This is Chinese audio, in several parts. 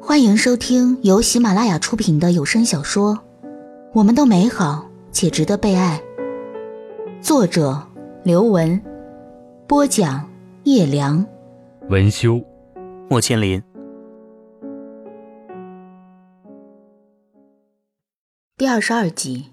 欢迎收听由喜马拉雅出品的有声小说《我们都美好且值得被爱》，作者刘文，播讲叶良， 文修， 莫千林。 第22集。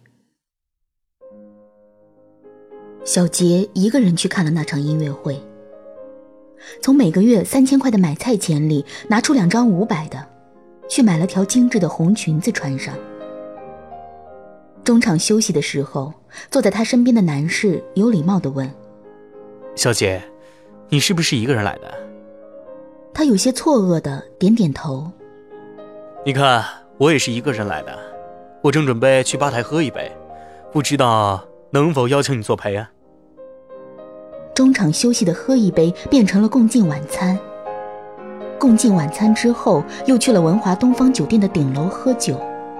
小杰一个人去看了那场音乐会，从每个月3000块的买菜钱里拿出2张500的，去买了条精致的红裙子穿上。中场休息的时候，坐在他身边的男士有礼貌地问： 小姐，你是不是一个人来的？ 他有些错愕地点点头。 你看，我也是一个人来的，我正准备去吧台喝一杯，不知道能否邀请你作陪啊？ 中场休息的喝一杯变成了共进晚餐，共进晚餐之后又去了文华东方酒店的顶楼喝酒。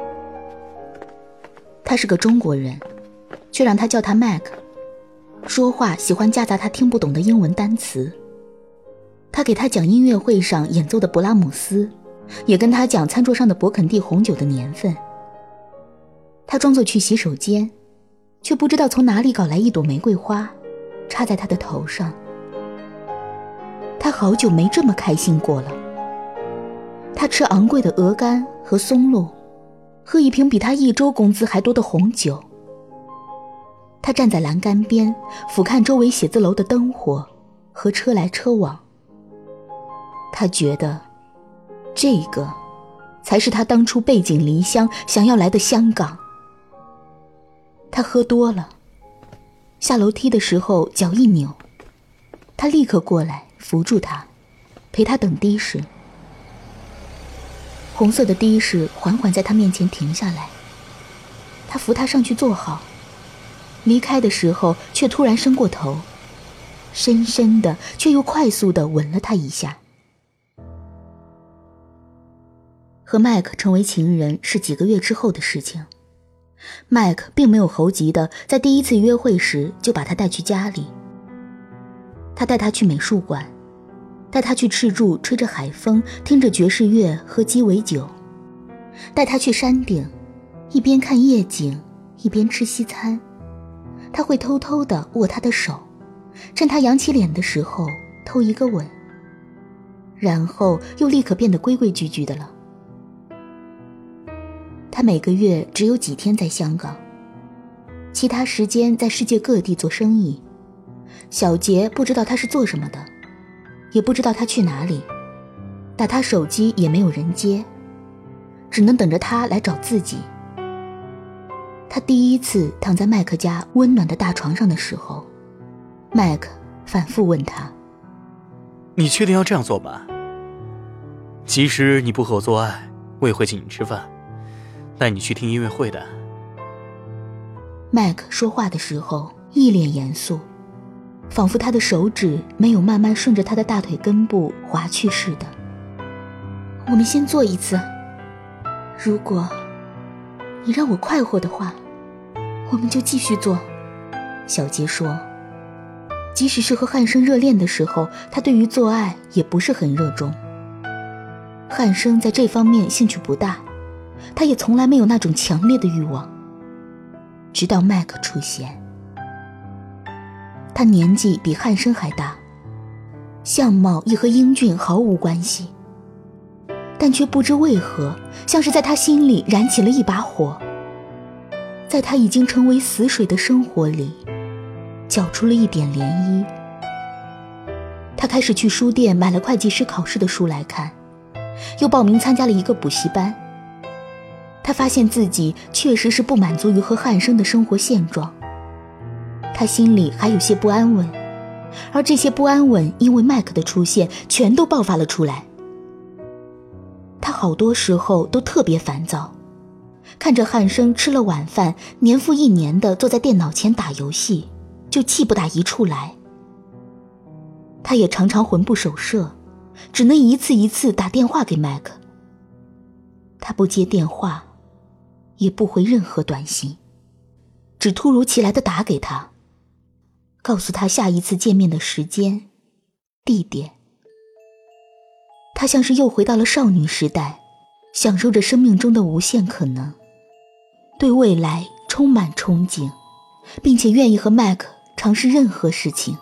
他是个中国人，却让他叫他 Mac， 说话喜欢夹杂他听不懂的英文单词。他给他讲音乐会上演奏的勃拉姆斯，也跟他讲餐桌上的勃肯第红酒的年份。他装作去洗手间，却不知道从哪里搞来一朵玫瑰花插在他的头上。他好久没这么开心过了。他吃昂贵的鹅肝和松露，喝一瓶比他1周工资还多的红酒。他站在栏杆边，俯瞰周围写字楼的灯火和车来车往。他觉得这个才是他当初背井离乡想要来的香港。他喝多了，下楼梯的时候脚一扭，他立刻过来扶住他，陪他等的士。红色的的士缓缓在他面前停下来，他扶他上去坐好，离开的时候却突然伸过头，深深的却又快速的吻了他一下。和麦克成为情人是几个月之后的事情。麦克并没有猴急的在第一次约会时就把他带去家里。他带他去美术馆，带他去赤柱吹着海风，听着爵士乐，喝鸡尾酒，带他去山顶，一边看夜景一边吃西餐。他会偷偷地握他的手，趁他扬起脸的时候偷一个吻，然后又立刻变得规规矩矩的了。他每个月只有几天在香港，其他时间在世界各地做生意。小杰不知道他是做什么的，也不知道他去哪里，打他手机也没有人接，只能等着他来找自己。他第一次躺在麦克家温暖的大床上的时候，麦克反复问他： 你确定要这样做吗？即使你不和我做爱，我也会请你吃饭，带你去听音乐会的。 麦克说话的时候一脸严肃，仿佛他的手指没有慢慢顺着他的大腿根部滑去似的。我们先做一次，如果你让我快活的话，我们就继续做。小杰说，即使是和汉生热恋的时候，他对于做爱也不是很热衷。汉生在这方面兴趣不大，他也从来没有那种强烈的欲望。直到麦克出现，他年纪比汉生还大，相貌也和英俊毫无关系，但却不知为何像是在他心里燃起了一把火，在他已经成为死水的生活里搅出了一点涟漪。他开始去书店买了会计师考试的书来看，又报名参加了一个补习班。他发现自己确实是不满足于和汉生的生活现状，他心里还有些不安稳，而这些不安稳因为麦克的出现全都爆发了出来。他好多时候都特别烦躁，看着汉生吃了晚饭年复一年地坐在电脑前打游戏，就气不打一处来。他也常常魂不守舍，只能一次一次打电话给麦克。他不接电话，也不回任何短信，只突如其来地打给他，告诉他下一次见面的时间、地点。他像是又回到了少女时代， 享受着生命中的无限可能，对未来充满憧憬，并且愿意和麦克尝试任何事情。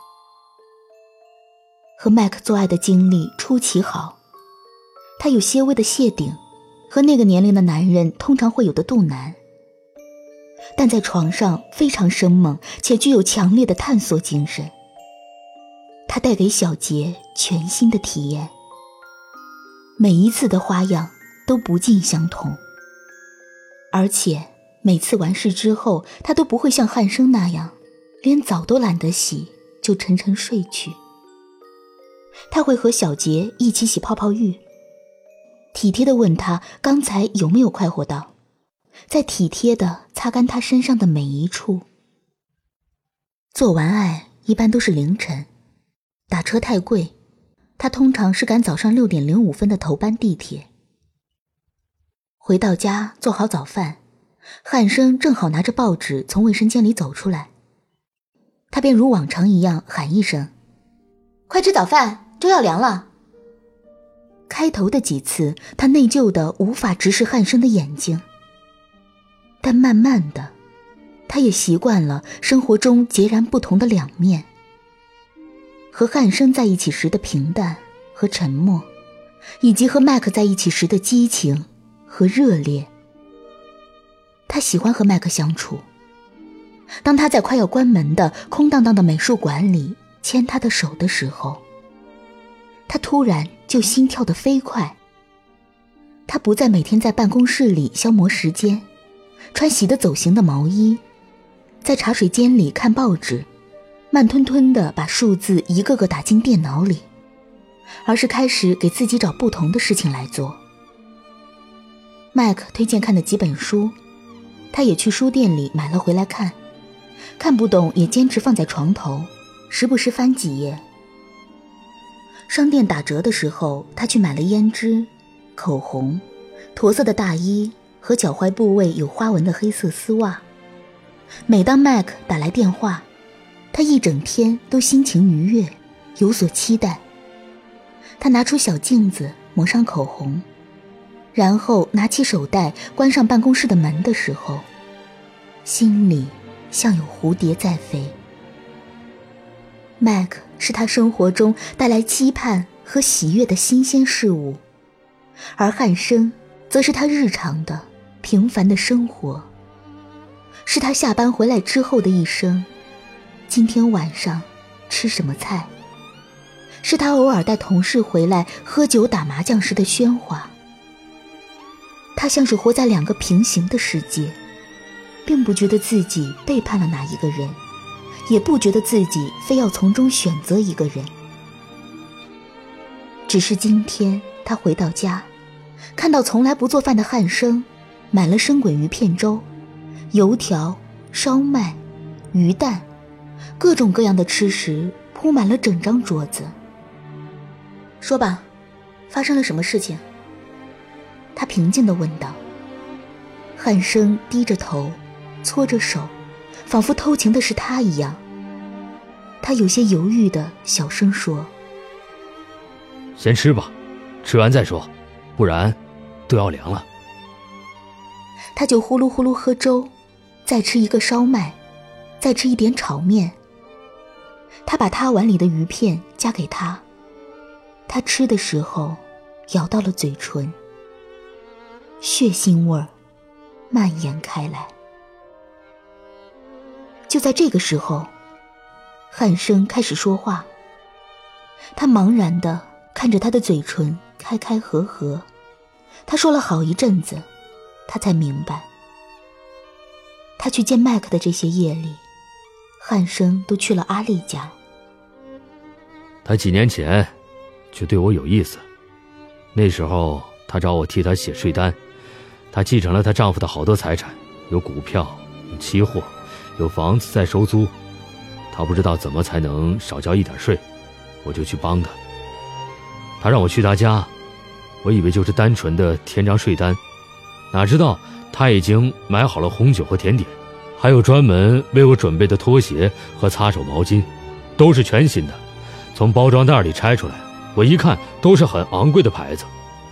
和麦克做爱的经历出奇好，他有些微的谢顶，和那个年龄的男人通常会有的肚腩，但在床上非常生猛且具有强烈的探索精神。他带给小杰全新的体验，每一次的花样都不尽相同，而且每次完事之后，他都不会像汉生那样连澡都懒得洗就沉沉睡去。他会和小杰一起洗泡泡浴，体贴地问他刚才有没有快活到，再体贴地擦干他身上的每一处。做完爱一般都是凌晨，打车太贵，他通常是赶早上6点05分的头班地铁。回到家做好早饭，汉生正好拿着报纸从卫生间里走出来，他便如往常一样喊一声：快吃早饭，粥要凉了。开头的几次他内疚得无法直视汉生的眼睛，但慢慢的他也习惯了生活中截然不同的两面，和汉生在一起时的平淡和沉默，以及和麦克在一起时的激情和热烈。他喜欢和麦克相处，当他在快要关门的空荡荡的美术馆里牵他的手的时候，他突然就心跳得飞快。他不再每天在办公室里消磨时间，穿洗得走形的毛衣，在茶水间里看报纸，慢吞吞地把数字一个个打进电脑里，而是开始给自己找不同的事情来做。麦克推荐看的几本书，他也去书店里买了回来看，看不懂也坚持放在床头，时不时翻几页。商店打折的时候，他去买了胭脂、口红、驼色的大衣和脚踝部位有花纹的黑色丝袜。每当麦克打来电话，他一整天都心情愉悦，有所期待。他拿出小镜子，抹上口红，然后拿起手袋关上办公室的门的时候，心里像有蝴蝶在飞。麦克是他生活中带来期盼和喜悦的新鲜事物，而汉生则是他日常的平凡的生活，是他下班回来之后的一声今天晚上吃什么菜，是他偶尔带同事回来喝酒打麻将时的喧哗。他像是活在两个平行的世界，并不觉得自己背叛了哪一个人，也不觉得自己非要从中选择一个人。只是今天他回到家，看到从来不做饭的汉生买了生滚鱼片粥、油条、烧麦、鱼蛋，各种各样的吃食铺满了整张桌子。说吧，发生了什么事情？他平静地问道。汉生低着头，搓着手，仿佛偷情的是他一样。他有些犹豫地小声说： 先吃吧，吃完再说，不然都要凉了。 他就呼噜呼噜喝粥，再吃一个烧麦，再吃一点炒面。他把他碗里的鱼片夹给他，他吃的时候咬到了嘴唇，血腥味儿蔓延开来。就在这个时候，汉生开始说话。他茫然地看着他的嘴唇开开合合，他说了好一阵子，他才明白，他去见麦克的这些夜里，汉生都去了阿丽家。 他几年前就对我有意思，那时候他找我替他写税单，她继承了她丈夫的好多财产，有股票，有期货，有房子在收租。她不知道怎么才能少交一点税，我就去帮她。她让我去她家，我以为就是单纯的填张税单，哪知道她已经买好了红酒和甜点，还有专门为我准备的拖鞋和擦手毛巾，都是全新的，从包装袋里拆出来，我一看都是很昂贵的牌子。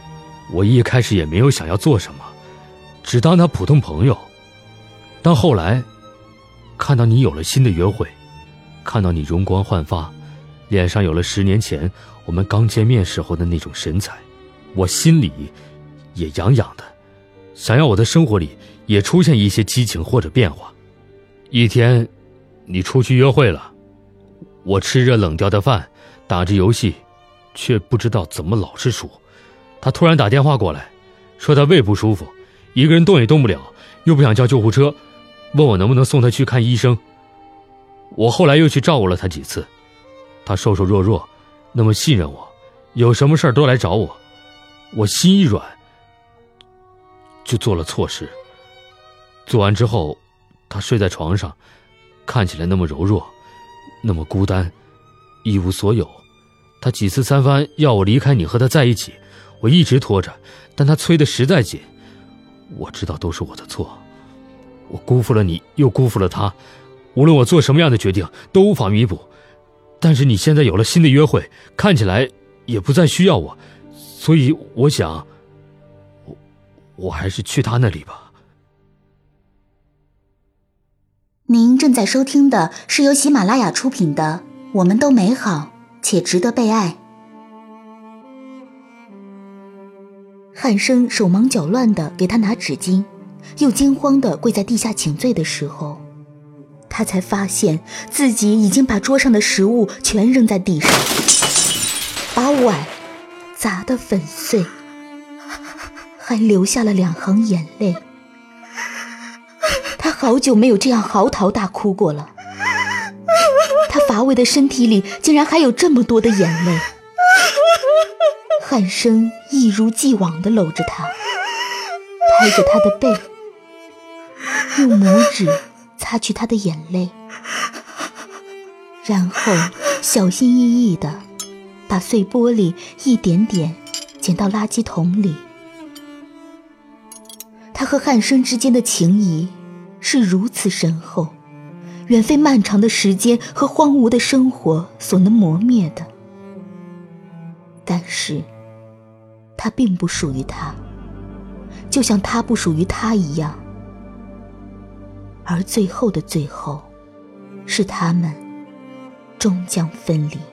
我一开始也没有想要做什么，只当他普通朋友。但后来看到你有了新的约会，看到你容光焕发，脸上有了10年前我们刚见面时候的那种神采，我心里也痒痒的，想要我的生活里也出现一些激情或者变化。一天你出去约会了，我吃着冷掉的饭，打着游戏，却不知道怎么老是输。他突然打电话过来，说他胃不舒服，一个人动也动不了，又不想叫救护车，问我能不能送他去看医生。我后来又去照顾了他几次，他瘦瘦弱弱，那么信任我，有什么事都来找我。我心一软，就做了错事。做完之后，他睡在床上，看起来那么柔弱，那么孤单，一无所有。他几次三番要我离开你和他在一起，我一直拖着，但他催得实在紧。我知道都是我的错，我辜负了你，又辜负了他，无论我做什么样的决定都无法弥补。但是你现在有了新的约会，看起来也不再需要我，所以我想我还是去他那里吧。 您正在收听的是由喜马拉雅出品的《我们都美好且值得被爱》。汉生手忙脚乱地给他拿纸巾，又惊慌地跪在地下请罪的时候，他才发现自己已经把桌上的食物全扔在地上，把碗砸得粉碎，还流下了2行眼泪。他好久没有这样嚎啕大哭过了，他乏味的身体里竟然还有这么多的眼泪。汉生一如既往地搂着他，拍着他的背，用拇指擦去他的眼泪，然后小心翼翼地把碎玻璃一点点捡到垃圾桶里。他和汉生之间的情谊是如此深厚，远非漫长的时间和荒芜的生活所能磨灭的。但是他并不属于他，就像他不属于他一样。而最后的最后，是他们终将分离。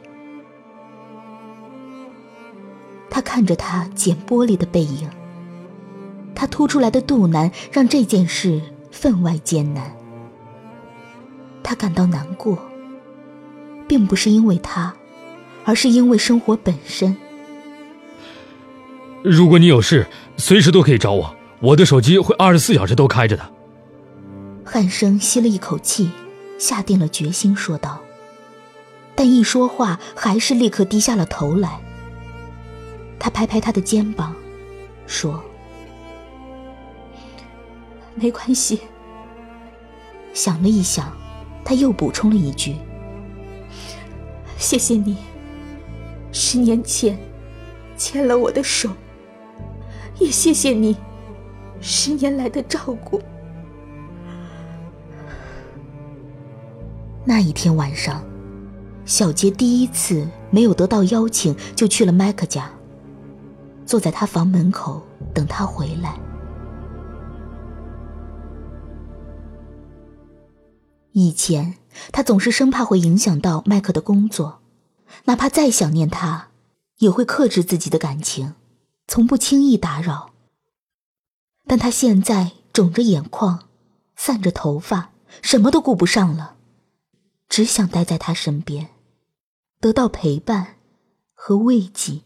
他看着他捡玻璃的背影，他凸出来的肚腩让这件事分外艰难。他感到难过，并不是因为他，而是因为生活本身。 如果你有事，随时都可以找我，我的手机会24小时都开着的。 汉生吸了一口气，下定了决心说道，但一说话还是立刻低下了头来。他拍拍他的肩膀说，没关系。想了一想，他又补充了一句，谢谢你10年前牵了我的手，也谢谢你10年来的照顾。那一天晚上，小杰第一次没有得到邀请就去了麦克家，坐在他房门口等他回来。以前他总是生怕会影响到麦克的工作，哪怕再想念他，也会克制自己的感情，从不轻易打扰。但他现在肿着眼眶，散着头发，什么都顾不上了，只想待在他身边，得到陪伴和慰藉。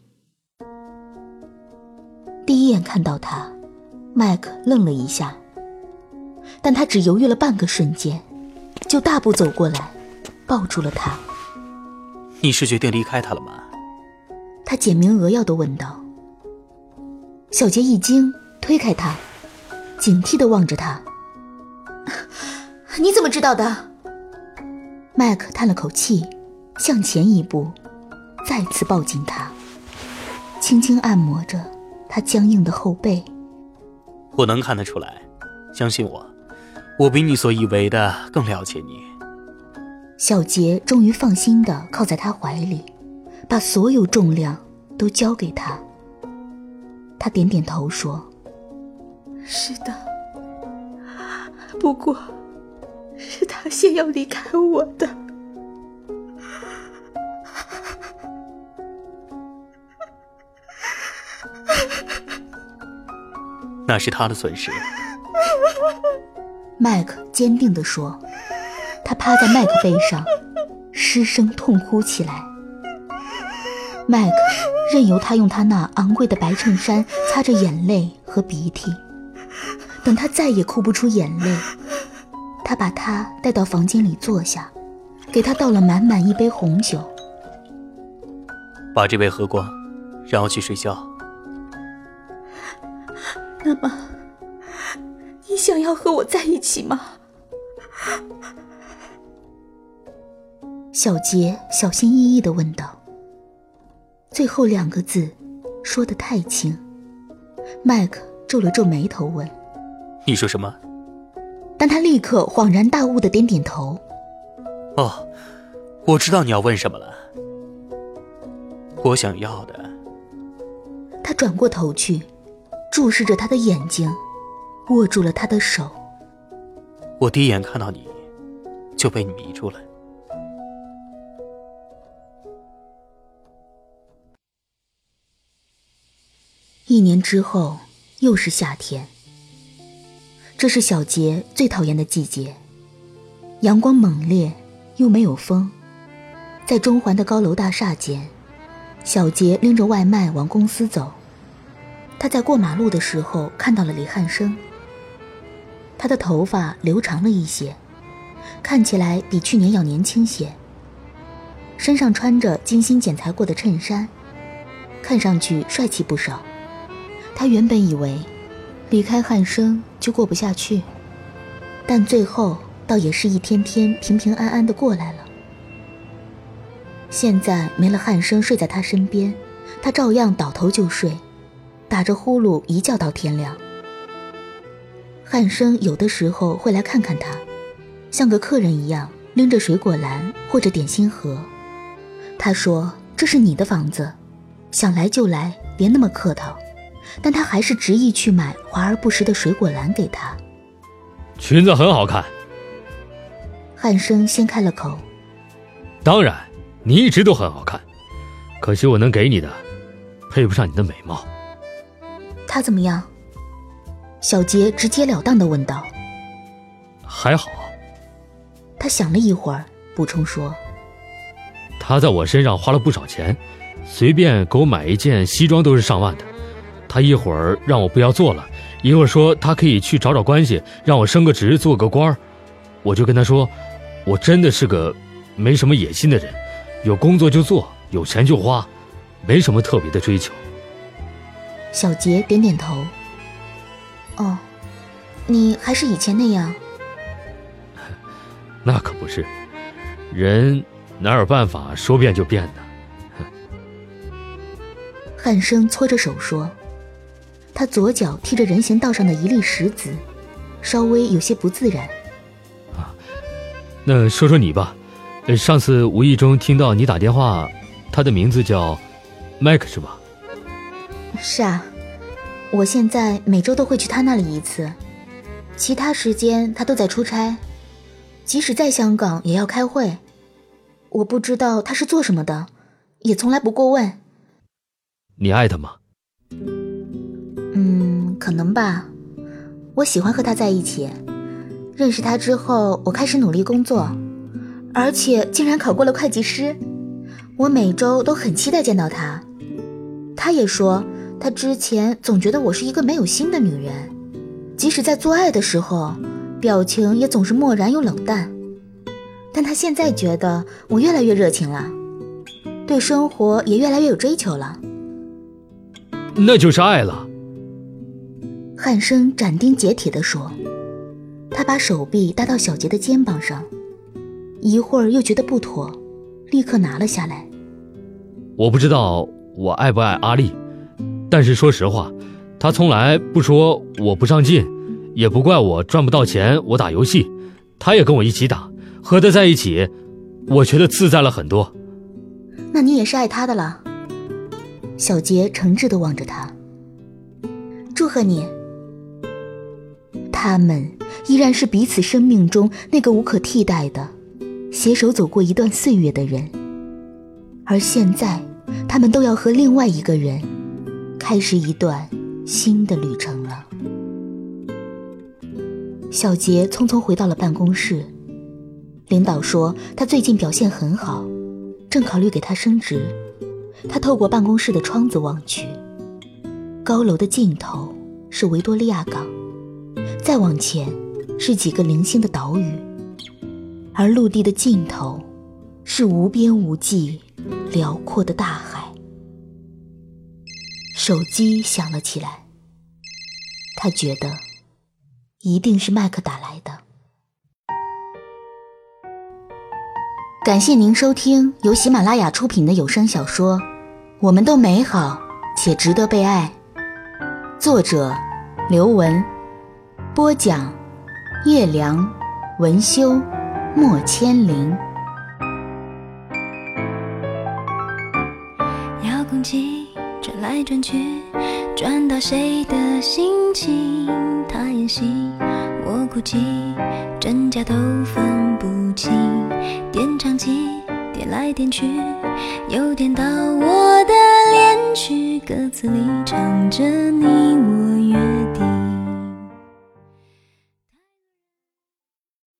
第一眼看到他，麦克愣了一下，但他只犹豫了半个瞬间，就大步走过来，抱住了他。 你是决定离开他了吗？ 他简明扼要地问道。小杰一惊，推开他，警惕地望着他。你怎么知道的？麦克叹了口气，向前一步，再次抱紧他，轻轻按摩着他僵硬的后背。 我能看得出来，相信我，我比你所以为的更了解你。 小杰终于放心地靠在他怀里，把所有重量都交给他。 他点点头说： 是的，不过是他先要离开我的。 那是他的损失。 麦克坚定地说，他趴在麦克背上失声痛哭起来。麦克任由他用他那昂贵的白衬衫擦着眼泪和鼻涕，等他再也哭不出眼泪，他把他带到房间里坐下，给他倒了满满一杯红酒。 把这杯喝光，然后去睡觉。 那么你想要和我在一起吗？ 小杰小心翼翼地问道，最后2个字说得太轻。麦克皱了皱眉头问： 你说什么？ 但他立刻恍然大悟地点点头。 哦，我知道你要问什么了。我想要的。 他转过头去，注视着他的眼睛，握住了他的手。 我第一眼看到你，就被你迷住了。 1年之后，又是夏天。这是小杰最讨厌的季节，阳光猛烈，又没有风。在中环的高楼大厦间，小杰拎着外卖往公司走。他在过马路的时候看到了李汉生，他的头发留长了一些，看起来比去年要年轻些，身上穿着精心剪裁过的衬衫，看上去帅气不少。他原本以为离开汉生就过不下去，但最后倒也是一天天平平安安地过来了。现在没了汉生睡在他身边，他照样倒头就睡，打着呼噜一觉到天亮。汉生有的时候会来看看他，像个客人一样拎着水果篮或者点心盒。他说这是你的房子，想来就来，别那么客套。但他还是执意去买华而不实的水果篮给他。 裙子很好看。 汉生先开了口。 当然，你一直都很好看，可惜我能给你的配不上你的美貌。 他怎么样？小杰直截了当地问道。 还好。 他想了一会儿，补充说， 他在我身上花了不少钱，随便给我买一件西装都是上万的。他一会儿让我不要做了，一会儿说他可以去找找关系，让我升个职做个官。我就跟他说，我真的是个没什么野心的人，有工作就做，有钱就花，没什么特别的追求。 小杰点点头。哦，你还是以前那样？ 那可不是，人哪有办法说变就变的。 汉生搓着手说，他左脚踢着人行道上的一粒石子，稍微有些不自然。 那说说你吧，上次无意中听到你打电话，他的名字叫麦克是吧？ 是啊，我现在每周都会去他那里一次，其他时间他都在出差，即使在香港也要开会。我不知道他是做什么的，也从来不过问。 你爱他吗？ 可能吧。我喜欢和他在一起。认识他之后，我开始努力工作，而且竟然考过了会计师。我每周都很期待见到他。他也说，他之前总觉得我是一个没有心的女人，即使在做爱的时候，表情也总是漠然又冷淡。但他现在觉得我越来越热情了，对生活也越来越有追求了。 那就是爱了。 汉生斩钉截铁地说。他把手臂搭到小杰的肩膀上，一会儿又觉得不妥，立刻拿了下来。 我不知道我爱不爱阿丽，但是说实话，他从来不说我不上进，也不怪我赚不到钱，我打游戏，他也跟我一起打，和他在一起，我觉得自在了很多。 那你也是爱他的了。小杰诚挚地望着他。 祝贺你。他们依然是彼此生命中那个无可替代的携手走过一段岁月的人，而现在他们都要和另外一个人开始一段新的旅程了。小杰匆匆回到了办公室，领导说他最近表现很好，正考虑给他升职。他透过办公室的窗子望去，高楼的尽头是维多利亚港，再往前是几个零星的岛屿，而陆地的尽头是无边无际辽阔的大海。手机响了起来，他觉得一定是麦克打来的。感谢您收听由喜马拉雅出品的有声小说《我们都美好且值得被爱》，作者刘雯，播讲叶良、文修、莫千灵。 遥控器转来转去，转到谁的心情？他演戏，我哭泣，真假都分不清。点唱机点来点去，又点到我的恋曲，歌词里唱着你我